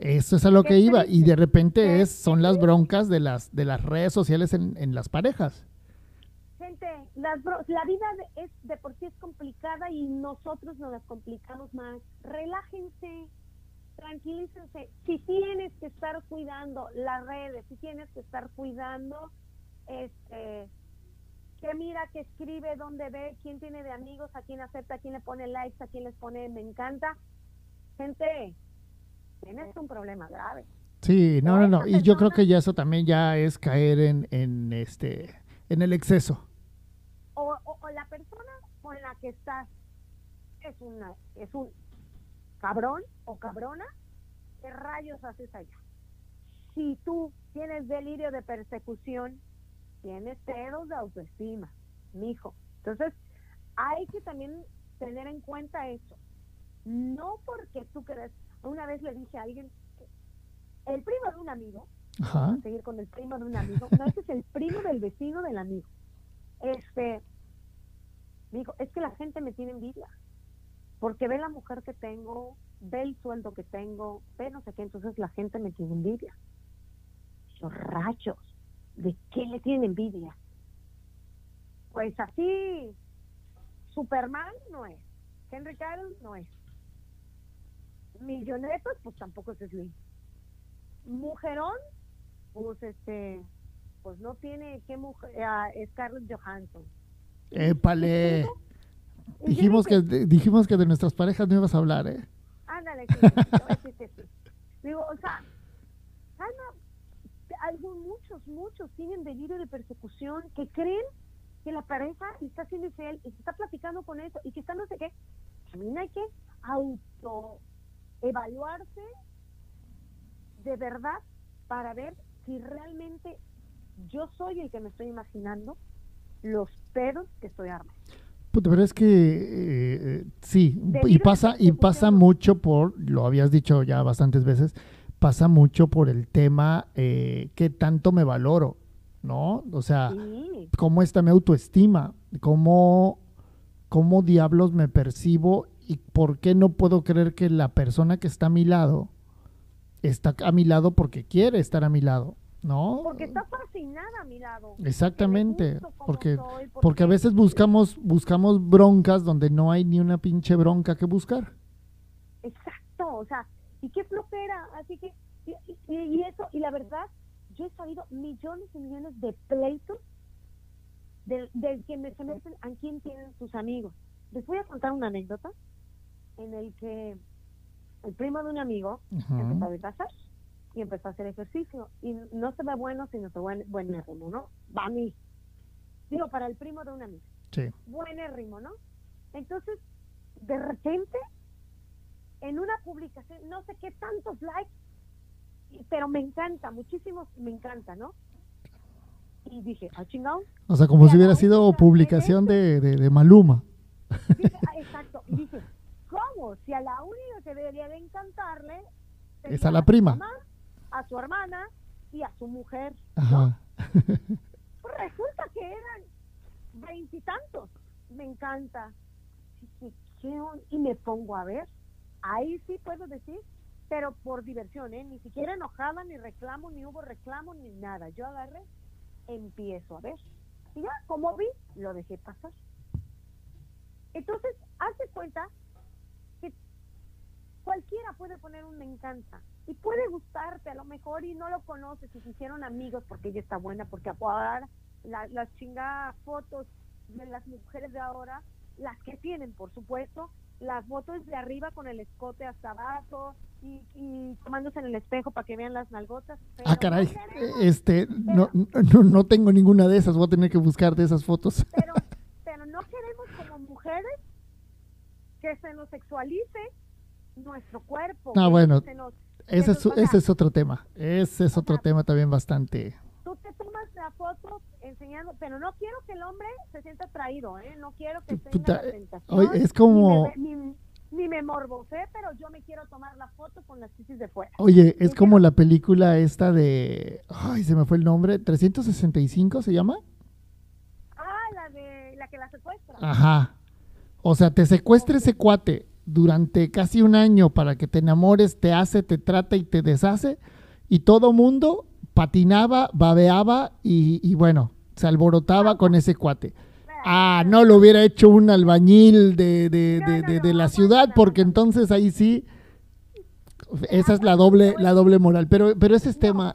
Eso es a lo Qué que iba. Y triste, de repente qué es, son las triste. broncas de las, de las redes sociales en, en las parejas. Gente, las bro- la vida de, es, de por sí es complicada y nosotros nos las complicamos más. Relájense, tranquilícense. Si tienes que estar cuidando las redes, si tienes que estar cuidando, este, que mira, que escribe, dónde ve, quién tiene de amigos, a quién acepta, a quién le pone likes, a quién les pone me encanta. Gente, tienes un problema grave. Sí, O no, no, no. esta Y yo creo persona, que ya eso también ya es caer en, en este, en el exceso. o, o, o la persona con la que estás es una, es un cabrón o cabrona, ¿qué rayos haces allá? Si tú tienes delirio de persecución, tienes pedos de autoestima, mijo. Entonces, hay que también tener en cuenta eso. No porque tú crees, una vez le dije a alguien, el primo de un amigo, Ajá. vamos a seguir con el primo de un amigo, no, este es el primo del vecino del amigo. Este, me dijo, es que la gente me tiene envidia, porque ve la mujer que tengo, ve el sueldo que tengo, ve no sé qué, entonces la gente me tiene envidia. Los rayos, ¿de qué le tienen envidia? Pues así, Superman no es, Henry Cavill no es, millonetos pues tampoco es Slim, mujerón pues este, pues no tiene que mujer, uh, Scarlett Johansson. Épale. Y Dijimos yo que, dije, dijimos que de nuestras parejas no ibas a hablar, ¿eh? ándale, sí, sí, te voy a decir que sí. Digo, o sea, calma, algo, muchos, muchos tienen delirio de persecución, que creen que la pareja está siendo infiel y se está platicando con eso y que está no sé qué. También hay que autoevaluarse de verdad para ver si realmente yo soy el que me estoy imaginando los pedos que estoy armando. Puta, pero es que eh, sí, Delirio y de pasa, y pasa persecución. mucho por, lo habías dicho ya bastantes veces, pasa mucho por el tema eh, qué tanto me valoro, ¿no? O sea, Sí, cómo está mi autoestima, cómo, cómo diablos me percibo y por qué no puedo creer que la persona que está a mi lado está a mi lado porque quiere estar a mi lado, ¿no? porque está fascinada a mi lado. Exactamente, Porque me gusto como porque, soy, porque a veces buscamos, buscamos broncas donde no hay ni una pinche bronca que buscar. Exacto, o sea, y qué flojera, así que, y, y, y eso, y la verdad, yo he sabido millones y millones de pleitos del, del que me se meten a quién tienen sus amigos. Les voy a contar una anécdota en el que el primo de un amigo Ujú. empezó a adelgazar y empezó a hacer ejercicio, y no se ve bueno, sino se ve buenérrimo, ¿no? Va a mí, digo, para el primo de un amigo, Sí. buenérrimo, ¿no? Entonces, de repente, en una publicación, no sé qué tantos likes, pero me encanta, muchísimos me encanta, ¿no? Y dije, ah, chingado. O sea, como Y si a la hubiera sido única, publicación en de, de, de Maluma. Dije, ah, exacto, y dije, ¿cómo? Si a la única que debería de encantarle Es a la prima. su mamá, a su hermana y a su mujer, ¿no? Ajá. Pues resulta que eran veintitantos. Me encanta. Dije, ¿qué on-? Y me pongo a ver. Ahí sí puedo decir, pero por diversión, ¿eh? Ni siquiera enojada, ni reclamo, ni hubo reclamo, ni nada. Yo agarré, empiezo a ver. Y ya, como vi, lo dejé pasar. Entonces, hazte cuenta que cualquiera puede poner un me encanta y puede gustarte a lo mejor y no lo conoces y se hicieron amigos porque ella está buena, porque ahora la, las chingadas fotos de las mujeres de ahora, las que tienen, por supuesto, las fotos de arriba con el escote hasta abajo y, y tomándose en el espejo para que vean las nalgotas. Pero Ah, caray. no queremos, Este, no, no, no tengo ninguna de esas. Voy a tener que buscar de esas fotos. pero, pero no queremos como mujeres que se nos sexualice nuestro cuerpo. Ah, que bueno, se nos, ese que es, nos- o sea, ese es otro tema. Ese es o otro sea, tema también bastante. tú te tomas la foto enseñando, pero no quiero que el hombre se sienta atraído, ¿eh? No quiero que tenga Puta, la eh, tentación. oye, es Ni como, me, ni, ni me morbosé, pero yo me quiero tomar la foto con las chichis de fuera. oye, es Yo como quiero- la película esta de, ay, se me fue el nombre, trescientos sesenta y cinco se llama. Ah, la de la que la secuestra. Ajá. O sea, te secuestra ese cuate durante casi un año para que te enamores, te hace, te trata y te deshace, y todo mundo patinaba, babeaba y, y bueno, se alborotaba con ese cuate. Ah, no lo hubiera hecho un albañil de, de, de, de, de la ciudad, porque entonces ahí sí, esa es la doble, la doble moral, pero, pero ese es tema.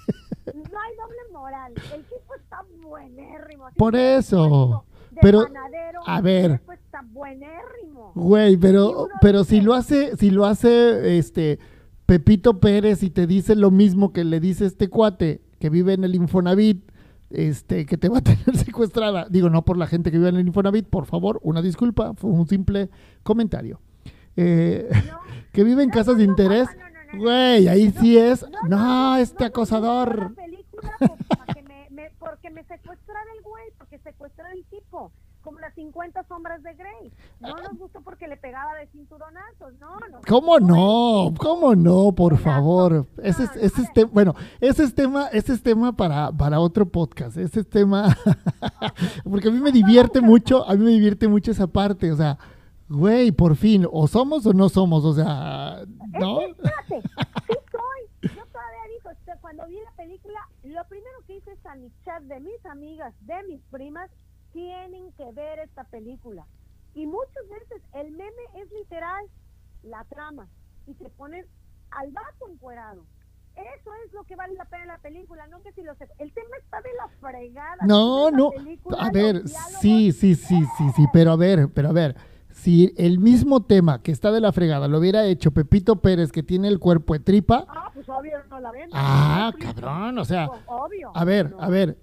No hay doble moral, el tipo está buenérrimo. Por eso, pero, a ver, está buenérrimo. Güey, pero, pero si lo hace, si lo hace este Pepito Pérez y te dice lo mismo que le dice este cuate que vive en el Infonavit, este, que te va a tener secuestrada. Digo, no por la gente que vive en el Infonavit, por favor, una disculpa, fue un simple comentario. Eh, no, que vive en no, casas no, de interés, güey, ahí sí es, no, este acosador. Porque me, me, porque me secuestrara el güey, porque secuestrara el tipo, como las cincuenta sombras de Grey. No nos gustó porque le pegaba de cinturonazos, no, no. ¿Cómo no? ¿Cómo no? Por favor. Ese es, ese es te, bueno, ese es tema, ese es tema para, para otro podcast. Ese es tema porque a mí me divierte mucho, a mí me divierte mucho esa parte, o sea, güey, por fin, o somos o no somos, o sea, ¿no? Es que, espérate, sí soy. Yo todavía digo, cuando vi la película, lo primero que hice es a mi chat de mis amigas, de mis primas, tienen que ver esta película. Y muchas veces el meme es literal, la trama, y se ponen al vato encuerado. Eso es lo que vale la pena en la película, no que si lo sé. El tema está de la fregada. No, no, película, a ver, sí, sí, sí, sí, sí, pero a ver, pero a ver, si el mismo tema que está de la fregada lo hubiera hecho Pepito Pérez, que tiene el cuerpo de tripa. Ah, pues obvio no la ven. Ah, cabrón, o sea, obvio. A ver, no. a ver,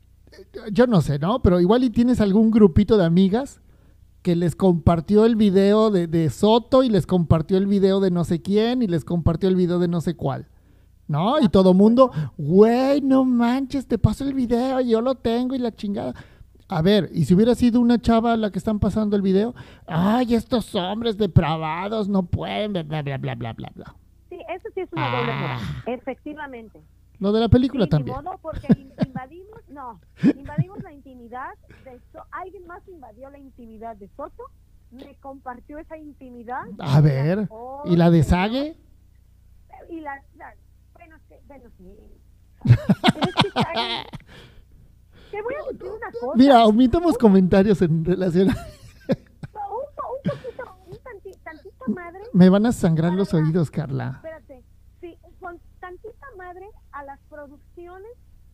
yo no sé, ¿no? Pero igual y tienes algún grupito de amigas que les compartió el video de, de Soto y les compartió el video de no sé quién y les compartió el video de no sé cuál, ¿no? Y todo mundo, güey, no manches, te paso el video, yo lo tengo y la chingada. A ver, y si hubiera sido una chava a la que están pasando el video, ay, estos hombres depravados no pueden, bla, bla, bla, bla, bla, bla, bla. Sí, eso sí es una ah. doble moral, efectivamente. Lo de la película sí, también. Ni modo porque invadimos, no, invadimos la intimidad de so alguien más invadió la intimidad de Soto, me compartió esa intimidad. A ver, la, oh, ¿y la de Sage? Y la, la bueno, que, bueno, sí. Pero es que Sage, te voy a decir una cosa. Mira, omitamos un, comentarios en relación a... un, un poquito, un tanti, tantita madre. Me van a sangrar los la, oídos, Carla. Espérate, sí, con tantita madre a las producciones,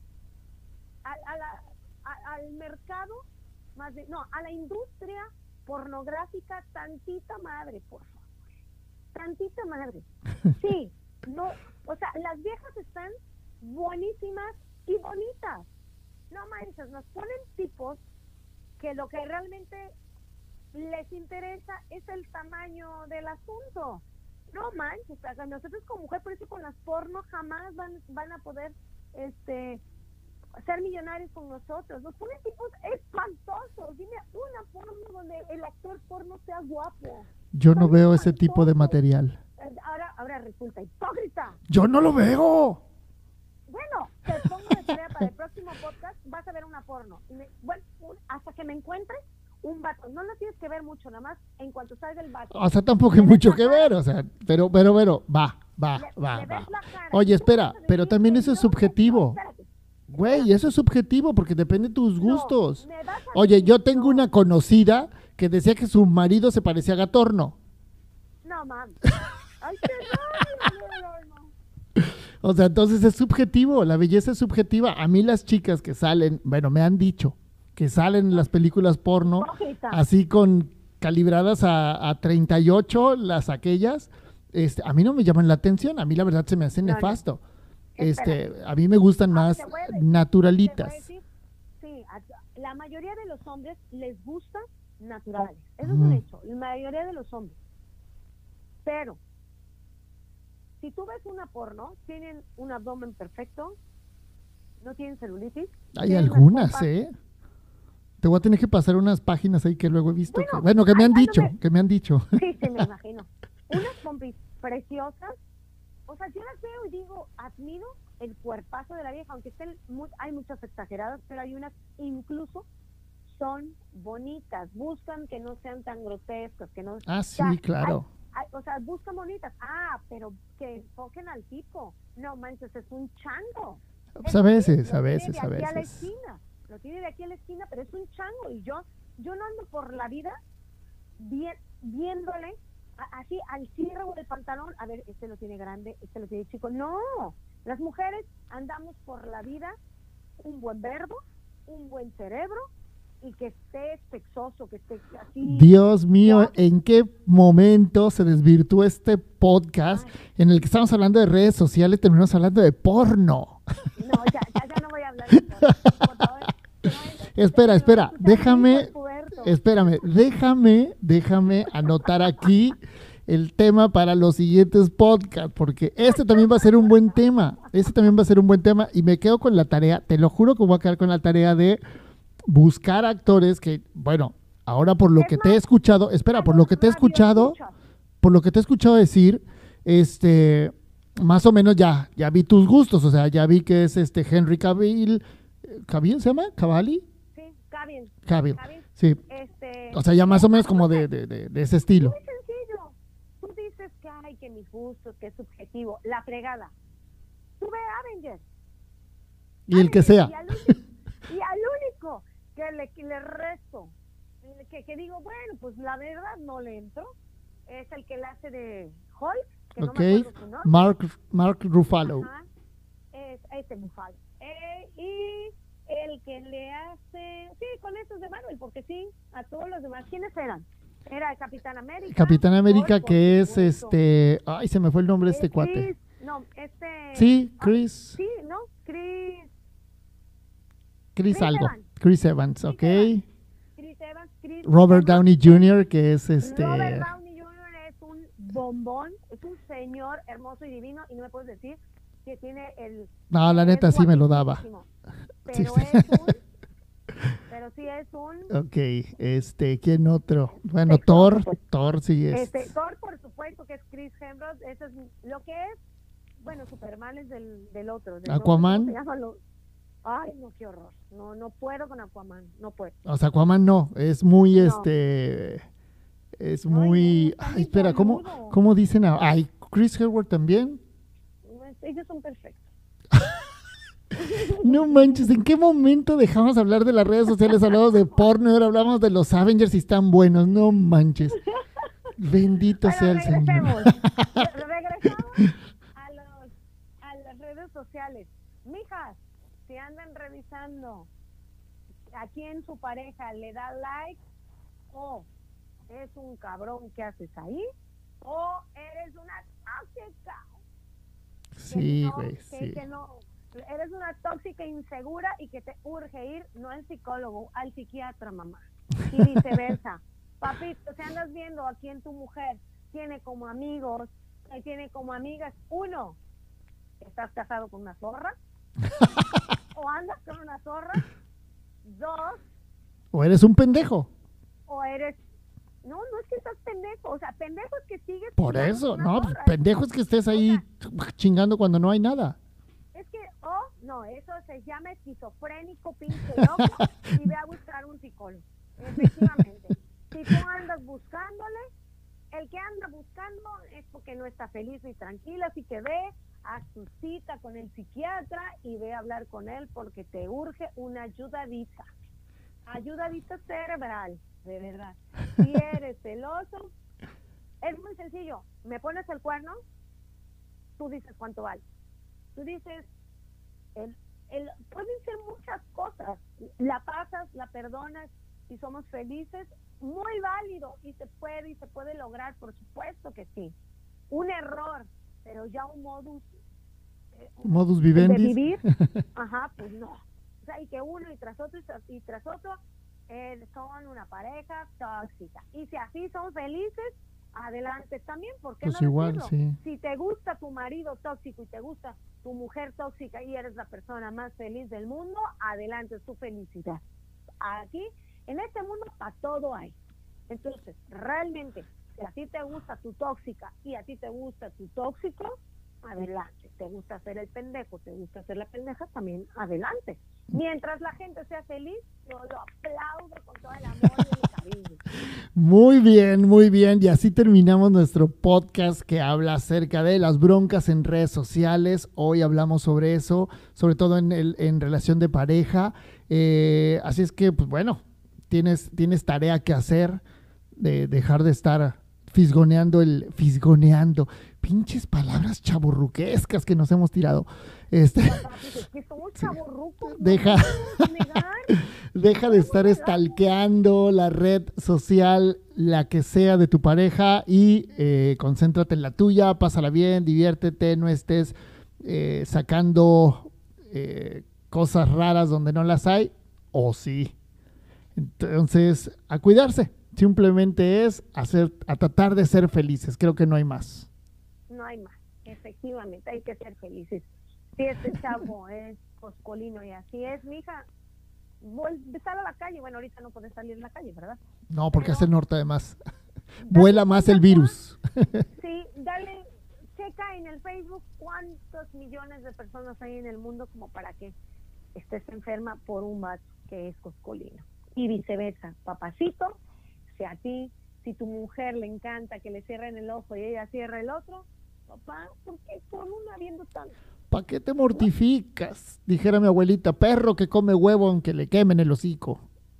a, a la, a, al mercado, más de, no, a la industria pornográfica, tantita madre, por favor. Tantita madre. Sí, no, o sea, las viejas están buenísimas y bonitas. No manches, nos ponen tipos que lo que realmente les interesa es el tamaño del asunto. No manches, o sea, nosotros como mujer, por eso con las porno jamás van, van a poder este ser millonarios con nosotros. Nos ponen tipos espantosos. Dime una porno donde el actor porno sea guapo. Yo no veo ese tipo de material. Ahora, ahora resulta hipócrita. Yo no lo veo. Bueno, te pongo de tarea para el próximo podcast, vas a ver una porno. Y me, bueno, un, hasta que me encuentres un vato. No lo tienes que ver mucho, nada más en cuanto salga el vato. O sea, tampoco hay mucho que ver, o sea, pero, pero, pero, va, va, le, va, le va. Oye, espera, pero también eso es subjetivo. Güey, eso es subjetivo porque depende de tus gustos. No, Oye, yo tengo una conocida que decía que su marido se parecía a Gatorno. No, mami. Ay, qué no, no, no, no. O sea, entonces es subjetivo, la belleza es subjetiva. A mí las chicas que salen, bueno, me han dicho que salen en las películas porno, así con calibradas a, a treinta y ocho, las aquellas, este, a mí no me llaman la atención, a mí la verdad se me hace no, nefasto. No. Este, a mí me gustan ah, más decir, naturalitas. Decir, sí, a, la mayoría de los hombres les gustan naturales, eso mm. es un hecho, la mayoría de los hombres. Pero si tú ves una porno, tienen un abdomen perfecto, no tienen celulitis. Hay algunas, ¿eh? Te voy a tener que pasar unas páginas ahí que luego he visto. Bueno, que, bueno, que me han dicho, me... que me han dicho. Sí, sí, me imagino. Unas pompis preciosas. O sea, yo las veo y digo, admiro el cuerpazo de la vieja, aunque estén muy, hay muchas exageradas, pero hay unas incluso son bonitas, buscan que no sean tan grotescas, que no... Ah, o sí, sea, claro. hay- hay- o sea, buscan bonitas. Ah, pero que enfoquen al tipo. No manches, es un chango. Pues Eso a sí, veces, lo a tiene veces, de a aquí a la veces. esquina. Lo tiene de aquí a la esquina, pero es un chango. Y yo, yo no ando por la vida vi- viéndole a- así al cierre del pantalón. A ver, este lo tiene grande, este lo tiene chico. No, las mujeres andamos por la vida un buen verbo, un buen cerebro y que esté sexoso, que esté así. Dios mío, guapo. ¿en qué momento se desvirtuó este podcast Ay, en el que estamos hablando de redes sociales y terminamos hablando de porno? no, ya, ya, ya no voy a hablar de eso. Por favor, que no vaya- Espera, que espera, no vaya a escuchar mi hijo, déjame, el puberto. espérame, déjame, déjame anotar aquí el tema para los siguientes podcasts, porque este también va a ser un buen tema, este también va a ser un buen tema y me quedo con la tarea, te lo juro que voy a quedar con la tarea de buscar actores que, bueno, ahora por lo Es que te he más, escuchado, espera, por lo que te he escuchado, radioescuchas. por lo que te he escuchado decir, este, más o menos ya, ya vi tus gustos, o sea, ya vi que es este Henry Cavill, ¿Cavill se llama? ¿Cavalli? Sí, Cavill. Cavill, Cavill, sí, este, o sea, ya más o menos como de, muy de, de, de ese estilo. sencillo. Tú dices que hay que mis gustos, que es subjetivo. La fregada. Tú ve Avengers. Y el que Avengers, sea. Y al, único- y al único que le, que le resto, que, que digo, bueno, pues la verdad no le entro, es el que le hace de Hulk, que no Ok, me acuerdo su nombre. Mark, Mark Ruffalo. Ajá, es ese Buffalo. Eh, y el que le hace, sí, con estos de Marvel, porque sí, a todos los demás. ¿Quiénes eran? Era el Capitán América. Capitán América, Hulk, por que es supuesto. este, ay, se me fue el nombre de Eh, este cuate. Chris, no, este. Sí, ah, Chris, sí, ¿no? Chris. Chris Chris algo, Evans. Chris Evans, ok. Evans. Chris Evans, Chris Robert Evans. Downey junior, que es este, Robert Downey junior es un bombón, es un señor hermoso y divino, y no me puedes decir que tiene el. no, la es neta sí me lo daba. guapísimo. Sí, Pero sí. es un. Pero sí es un. Ok, este, ¿quién otro? Bueno, Sexoso, Thor, pues. Thor sí es. Este, Thor, por supuesto, que es Chris Hemsworth. Eso es lo que es. Bueno, Superman es del, del otro. Del Aquaman. otro, ¿cómo se llama? Lo- Ay, no, qué horror. No, no puedo con Aquaman. No puedo. O sea, Aquaman no, es muy No. este, es Ay, muy, no, está ay, muy espera, ¿cómo, boludo. cómo dicen? a- Ay, Chris Hemsworth también. Ellos son perfectos. No manches, ¿en qué momento dejamos de hablar de las redes sociales? Hablamos de porno y ahora hablamos de los Avengers y están buenos. No manches. Bendito sea Bueno, el Señor. regresemos. Re- regresamos a, los, a las redes sociales. Mijas, si andan revisando a quién su pareja le da like, o es un cabrón que haces ahí, o eres una tóxica. que Sí, no- güey, que- sí. que no, eres una tóxica insegura y que te urge ir no al psicólogo, al psiquiatra, mamá. Y viceversa. Papito, si andas viendo a quién tu mujer tiene como amigos, que tiene como amigas, uno, ¿estás casado con una zorra? ¿O andas con una zorra? Dos, O eres un pendejo. o eres... No, no es que estás pendejo, o sea, pendejo es que sigues... Por jugando eso, con una no, pues, zorra. pendejo es que estés ahí chingando cuando no hay nada. Es que, oh, no, eso se llama esquizofrénico, pinche loco, y ve a buscar un psicólogo. Efectivamente. Si tú andas buscándole, el que anda buscando es porque no está feliz y tranquila, así que ve a su cita con el psiquiatra y ve a hablar con él porque te urge una ayudadita. Ayudadita cerebral, de verdad. Si eres celoso, es muy sencillo. Me pones el cuerno, tú dices cuánto vale. Tú dices, el, el, pueden ser muchas cosas. La pasas, la perdonas y somos felices, muy válido y se puede y se puede lograr, por supuesto que sí. Un error, pero ya un modus eh, Modus de vivendi. vivir, ajá, pues no. O sea, y que uno y tras otro y tras, y tras otro eh, son una pareja tóxica. Y si así son felices, adelante también, ¿por qué Pues no igual, decirlo? sí. Si te gusta tu marido tóxico y te gusta tu mujer tóxica y eres la persona más feliz del mundo, adelante, es tu felicidad. Aquí, en este mundo, para todo hay. Entonces, realmente, si a ti te gusta tu tóxica y a ti te gusta tu tóxico, adelante. Te gusta hacer el pendejo, te gusta hacer la pendeja, también adelante. Mientras la gente sea feliz, yo lo aplaudo con todo el amor y el cariño. Muy bien, muy bien. Y así terminamos nuestro podcast que habla acerca de las broncas en redes sociales. Hoy hablamos sobre eso, sobre todo en, el, en relación de pareja. Eh, así es que, pues bueno, tienes, tienes tarea que hacer de dejar de estar fisgoneando el... Fisgoneando. Pinches palabras chavorruquescas que nos hemos tirado. Este, Es que somos chavorrucos, ¿no? deja, Negar. deja de estar stalkeando la red social, la que sea de tu pareja, y eh, concéntrate en la tuya, pásala bien, diviértete, no estés eh, sacando eh, cosas raras donde no las hay, o sí. Entonces, a cuidarse. Simplemente es hacer, a tratar de ser felices. Creo que no hay más. No hay más, efectivamente, hay que ser felices. Si este chavo es coscolino y así es, mi hija, sal a la calle. Bueno, ahorita no puedes salir a la calle, ¿verdad? No, porque Pero es el norte además. Vuela más el virus. Sí, dale, checa en el Facebook cuántos millones de personas hay en el mundo como para que estés enferma por un vato que es coscolino. Y viceversa, papacito, si a ti, si tu mujer le encanta que le cierren el ojo y ella cierra el otro, papá, ¿por qué con una viendo tanto? ¿Para qué te mortificas? Dijera mi abuelita, perro que come huevo aunque le quemen el hocico.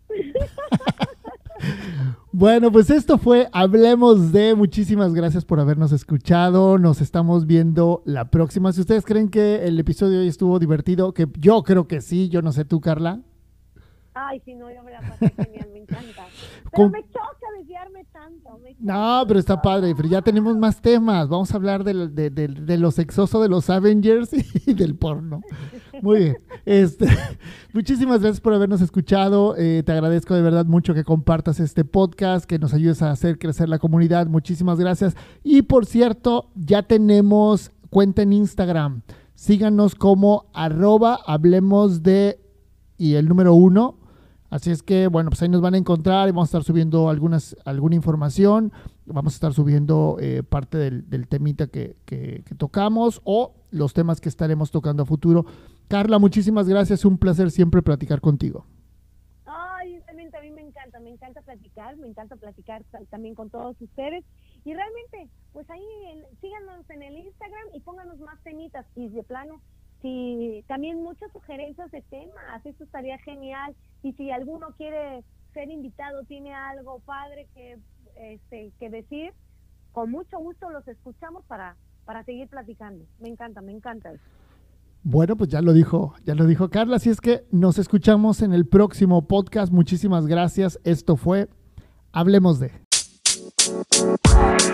Bueno, pues esto fue Hablemos de. Muchísimas gracias por habernos escuchado. Nos estamos viendo la próxima. Si ustedes creen que el episodio hoy estuvo divertido, que yo creo que sí, yo no sé tú, Carla. Ay, si no, yo me la pasé genial, me encanta. Pero Con... me choca desviarme tanto. Me no, pero está padre, pero ya tenemos más temas. Vamos a hablar de, de, de, de lo sexoso de los Avengers y del porno. Muy bien. Este, muchísimas gracias por habernos escuchado. Eh, te agradezco de verdad mucho que compartas este podcast, que nos ayudes a hacer crecer la comunidad. Muchísimas gracias. Y por cierto, ya tenemos cuenta en Instagram. Síganos como arroba hablemos de y el número uno. Así es que, bueno, pues ahí nos van a encontrar y vamos a estar subiendo algunas, alguna información. Vamos a estar subiendo eh, parte del, del temita que, que, que tocamos o los temas que estaremos tocando a futuro. Carla, muchísimas gracias. Un placer siempre platicar contigo. Ay, realmente a mí me encanta, me encanta platicar, me encanta platicar también con todos ustedes. Y realmente, pues ahí el, síganos en el Instagram y pónganos más temitas. Y de plano, si también muchas sugerencias de temas, eso estaría genial. Y si alguno quiere ser invitado, tiene algo padre que este que decir, con mucho gusto los escuchamos para, para seguir platicando. Me encanta, me encanta eso. Bueno, pues ya lo dijo, ya lo dijo Carla, así es que nos escuchamos en el próximo podcast. Muchísimas gracias. Esto fue Hablemos de.